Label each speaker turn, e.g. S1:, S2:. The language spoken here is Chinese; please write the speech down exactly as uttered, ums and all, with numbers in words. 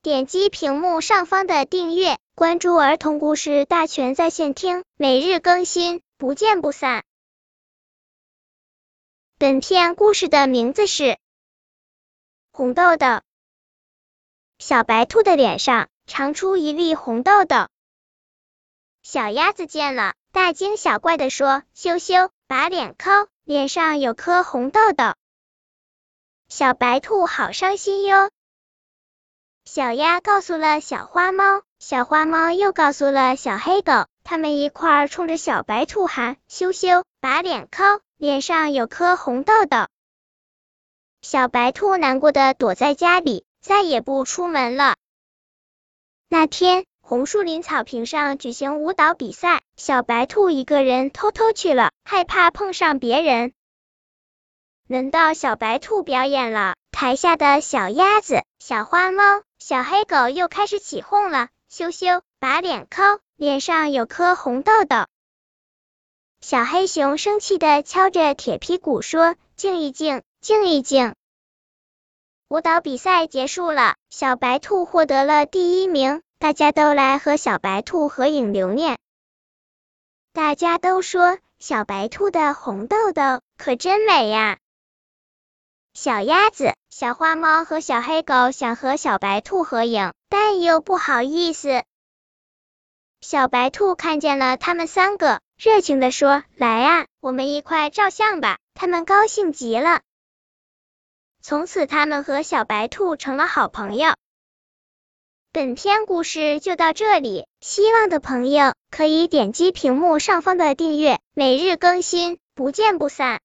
S1: 点击屏幕上方的订阅，关注儿童故事大全在线听，每日更新，不见不散。本片故事的名字是红豆豆。小白兔的脸上长出一粒红豆豆，小鸭子见了，大惊小怪地说：羞羞，把脸抠，脸上有颗红豆豆。小白兔好伤心哟。小鸭告诉了小花猫，小花猫又告诉了小黑狗，他们一块儿冲着小白兔喊：羞羞，把脸抠，脸上有颗红豆豆。小白兔难过的躲在家里，再也不出门了。那天，红树林草坪上举行舞蹈比赛，小白兔一个人偷偷去了，害怕碰上别人。轮到小白兔表演了，台下的小鸭子、小花猫、小黑狗又开始起哄了：羞羞，把脸抠，脸上有颗红豆豆。小黑熊生气的敲着铁皮鼓说：静一静，静一静。舞蹈比赛结束了，小白兔获得了第一名，大家都来和小白兔合影留念。大家都说小白兔的红豆豆可真美呀。小鸭子、小花猫和小黑狗想和小白兔合影，但又不好意思。小白兔看见了他们三个，热情地说：来啊，我们一块照相吧。他们高兴极了。从此他们和小白兔成了好朋友。本篇故事就到这里，希望的朋友可以点击屏幕上方的订阅，每日更新，不见不散。